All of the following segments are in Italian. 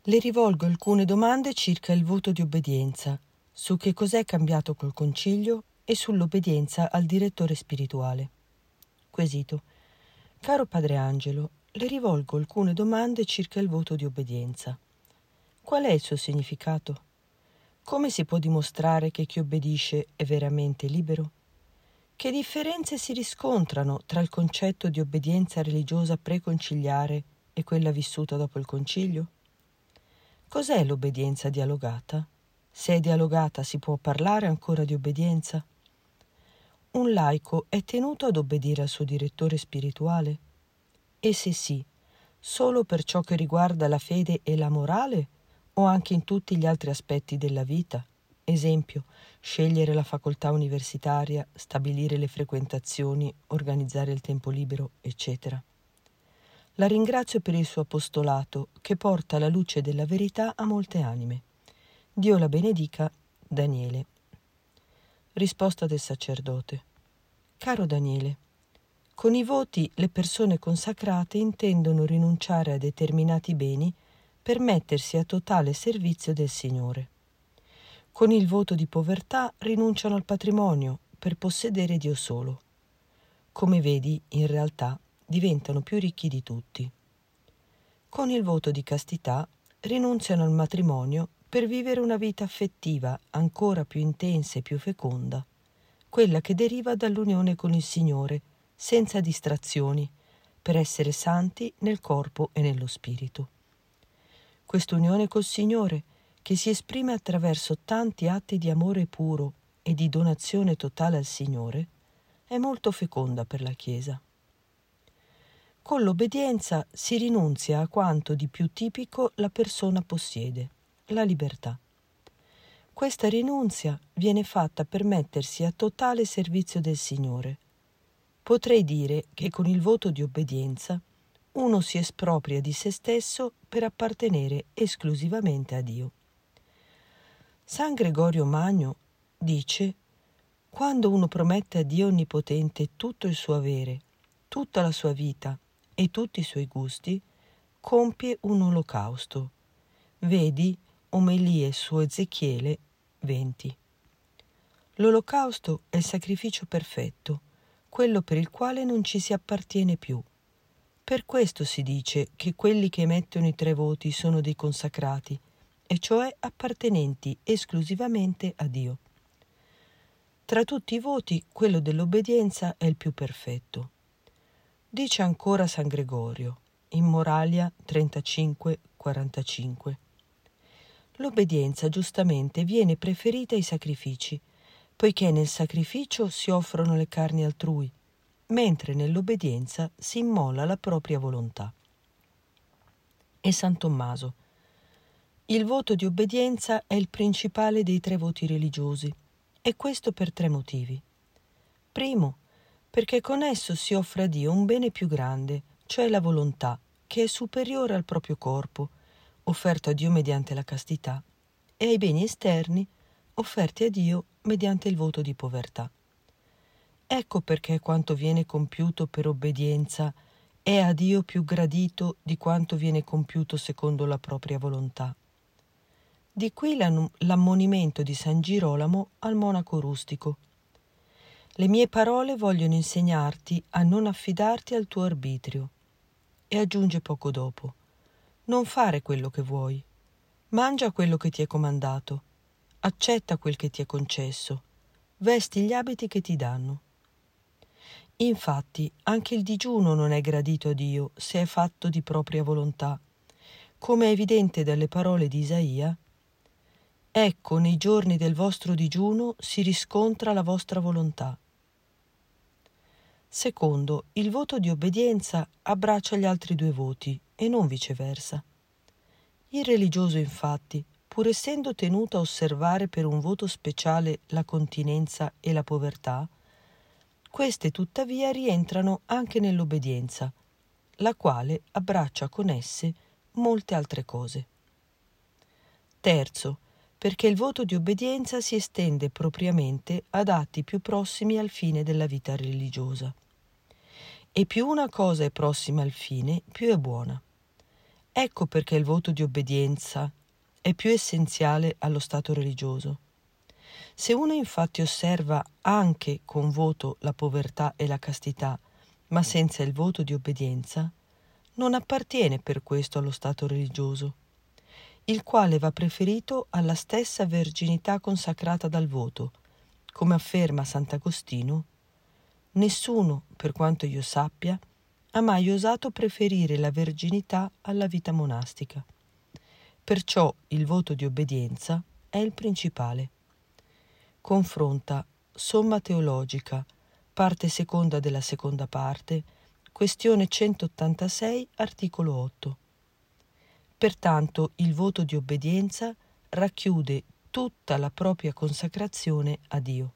Le rivolgo alcune domande circa il voto di obbedienza, su che cos'è cambiato col concilio e sull'obbedienza al direttore spirituale. Quesito. Caro Padre Angelo, le rivolgo alcune domande circa il voto di obbedienza. Qual è il suo significato? Come si può dimostrare che chi obbedisce è veramente libero? Che differenze si riscontrano tra il concetto di obbedienza religiosa preconciliare e quella vissuta dopo il concilio? Cos'è l'obbedienza dialogata? Se è dialogata si può parlare ancora di obbedienza? Un laico è tenuto ad obbedire al suo direttore spirituale? E se sì, solo per ciò che riguarda la fede e la morale o anche in tutti gli altri aspetti della vita? Esempio, scegliere la facoltà universitaria, stabilire le frequentazioni, organizzare il tempo libero, eccetera. La ringrazio per il suo apostolato che porta la luce della verità a molte anime. Dio la benedica, Daniele. Risposta del sacerdote. Caro Daniele, con i voti le persone consacrate intendono rinunciare a determinati beni per mettersi a totale servizio del Signore. Con il voto di povertà rinunciano al patrimonio per possedere Dio solo. Come vedi, in realtà, diventano più ricchi di tutti. Con il voto di castità rinunziano al matrimonio per vivere una vita affettiva ancora più intensa e più feconda, quella che deriva dall'unione con il Signore, senza distrazioni, per essere santi nel corpo e nello spirito. Quest'unione col Signore, che si esprime attraverso tanti atti di amore puro e di donazione totale al Signore, è molto feconda per la Chiesa. Con l'obbedienza si rinunzia a quanto di più tipico la persona possiede, la libertà. Questa rinunzia viene fatta per mettersi a totale servizio del Signore. Potrei dire che con il voto di obbedienza uno si espropria di se stesso per appartenere esclusivamente a Dio. San Gregorio Magno dice: quando uno promette a Dio Onnipotente tutto il suo avere, tutta la sua vita e tutti i suoi gusti, compie un olocausto. Vedi Omelie su Ezechiele 20. L'olocausto è il sacrificio perfetto, quello per il quale non ci si appartiene più. Per questo si dice che quelli che emettono i 3 voti sono dei consacrati, e cioè appartenenti esclusivamente a Dio. Tra tutti i voti, quello dell'obbedienza è il più perfetto. Dice ancora San Gregorio, in Moralia 35-45. L'obbedienza giustamente viene preferita ai sacrifici, poiché nel sacrificio si offrono le carni altrui, mentre nell'obbedienza si immola la propria volontà. E San Tommaso: il voto di obbedienza è il principale dei 3 voti religiosi, e questo per 3 motivi. Primo, perché con esso si offre a Dio un bene più grande, cioè la volontà, che è superiore al proprio corpo, offerto a Dio mediante la castità, e ai beni esterni, offerti a Dio mediante il voto di povertà. Ecco perché quanto viene compiuto per obbedienza è a Dio più gradito di quanto viene compiuto secondo la propria volontà. Di qui l'ammonimento di San Girolamo al monaco rustico: le mie parole vogliono insegnarti a non affidarti al tuo arbitrio. E aggiunge poco dopo: non fare quello che vuoi, mangia quello che ti è comandato, accetta quel che ti è concesso, vesti gli abiti che ti danno. Infatti anche il digiuno non è gradito a Dio se è fatto di propria volontà, come è evidente dalle parole di Isaia: ecco, nei giorni del vostro digiuno si riscontra la vostra volontà. Secondo, il voto di obbedienza abbraccia gli altri 2 voti e non viceversa. Il religioso, infatti, pur essendo tenuto a osservare per un voto speciale la continenza e la povertà, queste tuttavia rientrano anche nell'obbedienza, la quale abbraccia con esse molte altre cose. Terzo, perché il voto di obbedienza si estende propriamente ad atti più prossimi al fine della vita religiosa. E più una cosa è prossima al fine, più è buona. Ecco perché il voto di obbedienza è più essenziale allo stato religioso. Se uno infatti osserva anche con voto la povertà e la castità, ma senza il voto di obbedienza, non appartiene per questo allo stato religioso, il quale va preferito alla stessa verginità consacrata dal voto, come afferma Sant'Agostino: nessuno, per quanto io sappia, ha mai osato preferire la verginità alla vita monastica. Perciò il voto di obbedienza è il principale. Confronta Somma Teologica, parte seconda della seconda parte, questione 186, articolo 8. Pertanto il voto di obbedienza racchiude tutta la propria consacrazione a Dio.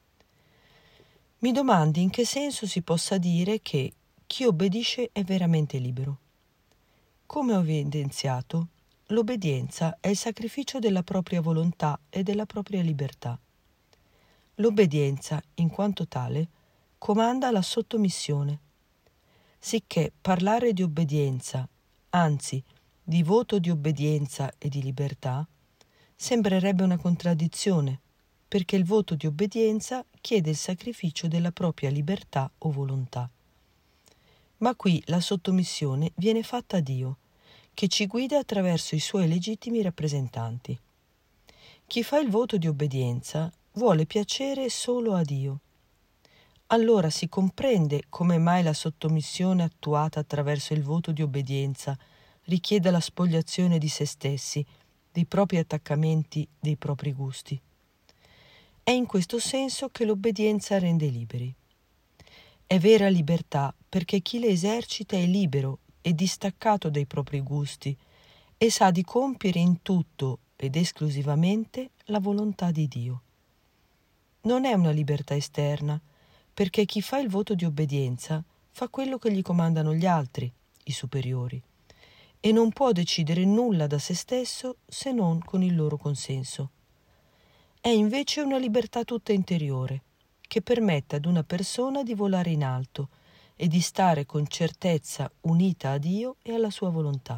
Mi domandi in che senso si possa dire che chi obbedisce è veramente libero. Come ho evidenziato, l'obbedienza è il sacrificio della propria volontà e della propria libertà. L'obbedienza, in quanto tale, comanda la sottomissione, sicché parlare di obbedienza, anzi di voto di obbedienza e di libertà, sembrerebbe una contraddizione, perché il voto di obbedienza chiede il sacrificio della propria libertà o volontà. Ma qui la sottomissione viene fatta a Dio, che ci guida attraverso i suoi legittimi rappresentanti. Chi fa il voto di obbedienza vuole piacere solo a Dio. Allora si comprende come mai la sottomissione attuata attraverso il voto di obbedienza richieda la spogliazione di se stessi, dei propri attaccamenti, dei propri gusti. È in questo senso che l'obbedienza rende liberi. È vera libertà perché chi le esercita è libero e distaccato dai propri gusti e sa di compiere in tutto ed esclusivamente la volontà di Dio. Non è una libertà esterna, perché chi fa il voto di obbedienza fa quello che gli comandano gli altri, i superiori, e non può decidere nulla da se stesso se non con il loro consenso. È invece una libertà tutta interiore, che permette ad una persona di volare in alto e di stare con certezza unita a Dio e alla sua volontà.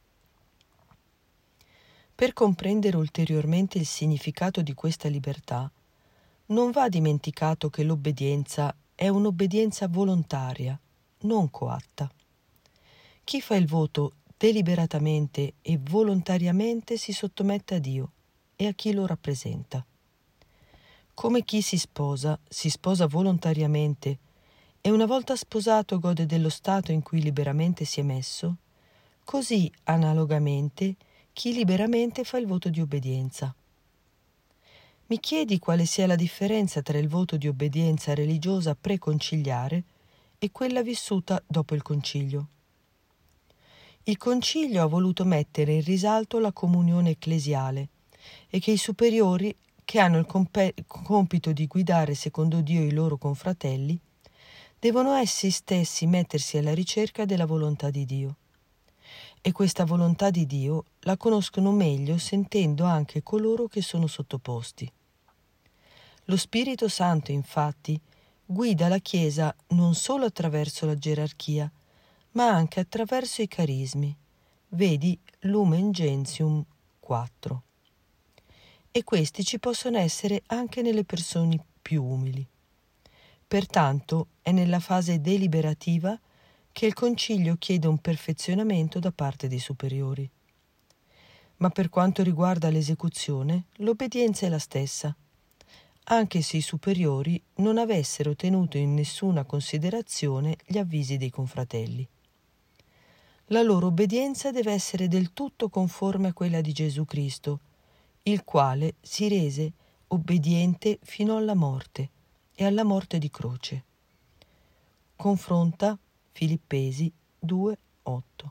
Per comprendere ulteriormente il significato di questa libertà, non va dimenticato che l'obbedienza è un'obbedienza volontaria, non coatta. Chi fa il voto deliberatamente e volontariamente si sottomette a Dio e a chi lo rappresenta. Come chi si sposa volontariamente e una volta sposato gode dello stato in cui liberamente si è messo, così analogamente chi liberamente fa il voto di obbedienza. Mi chiedi quale sia la differenza tra il voto di obbedienza religiosa preconciliare e quella vissuta dopo il concilio. Il concilio ha voluto mettere in risalto la comunione ecclesiale e che i superiori, che hanno il compito di guidare secondo Dio i loro confratelli, devono essi stessi mettersi alla ricerca della volontà di Dio. E questa volontà di Dio la conoscono meglio sentendo anche coloro che sono sottoposti. Lo Spirito Santo, infatti, guida la Chiesa non solo attraverso la gerarchia, ma anche attraverso i carismi. Vedi Lumen Gentium 4. E questi ci possono essere anche nelle persone più umili. Pertanto è nella fase deliberativa che il Concilio chiede un perfezionamento da parte dei superiori. Ma per quanto riguarda l'esecuzione, l'obbedienza è la stessa, anche se i superiori non avessero tenuto in nessuna considerazione gli avvisi dei confratelli. La loro obbedienza deve essere del tutto conforme a quella di Gesù Cristo, il quale si rese obbediente fino alla morte e alla morte di croce. Confronta Filippesi 2:8.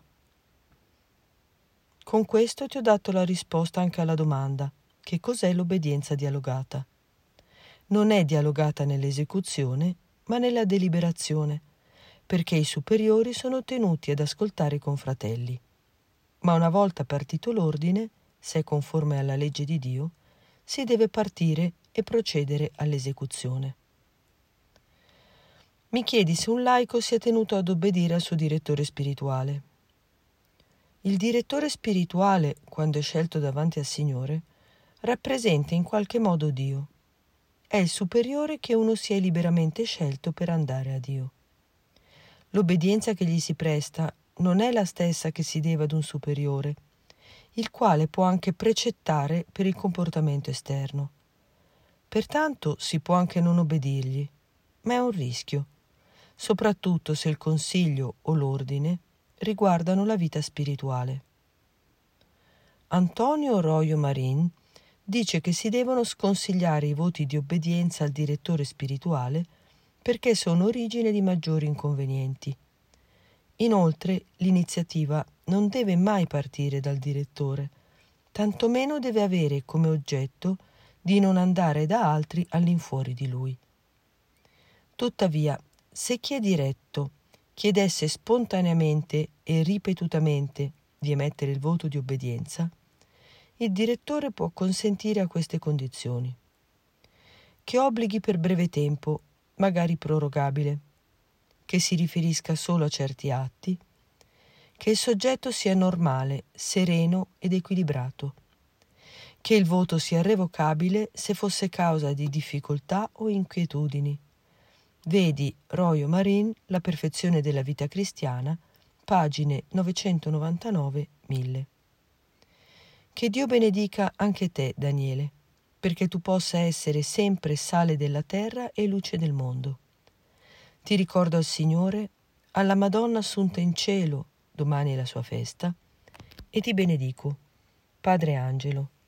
Con questo ti ho dato la risposta anche alla domanda: che cos'è l'obbedienza dialogata? Non è dialogata nell'esecuzione, ma nella deliberazione, perché i superiori sono tenuti ad ascoltare i confratelli. Ma una volta partito l'ordine, se è conforme alla legge di Dio, si deve partire e procedere all'esecuzione. Mi chiedi se un laico sia tenuto ad obbedire al suo direttore spirituale. Il direttore spirituale, quando è scelto davanti al Signore, rappresenta in qualche modo Dio. È il superiore che uno si è liberamente scelto per andare a Dio. L'obbedienza che gli si presta non è la stessa che si deve ad un superiore, il quale può anche precettare per il comportamento esterno. Pertanto si può anche non obbedirgli, ma è un rischio, soprattutto se il consiglio o l'ordine riguardano la vita spirituale. Antonio Royo Marin dice che si devono sconsigliare i voti di obbedienza al direttore spirituale perché sono origine di maggiori inconvenienti. Inoltre, l'iniziativa non deve mai partire dal direttore, tantomeno deve avere come oggetto di non andare da altri all'infuori di lui. Tuttavia, se chi è diretto chiedesse spontaneamente e ripetutamente di emettere il voto di obbedienza, il direttore può consentire a queste condizioni: che obblighi per breve tempo, magari prorogabile, che si riferisca solo a certi atti, che il soggetto sia normale, sereno ed equilibrato, che il voto sia revocabile se fosse causa di difficoltà o inquietudini. Vedi Royo Marin, La perfezione della vita cristiana, pagine 999-1000. Che Dio benedica anche te, Daniele, perché tu possa essere sempre sale della terra e luce del mondo. Ti ricordo al Signore, alla Madonna assunta in cielo, domani è la sua festa, e ti benedico. Padre Angelo.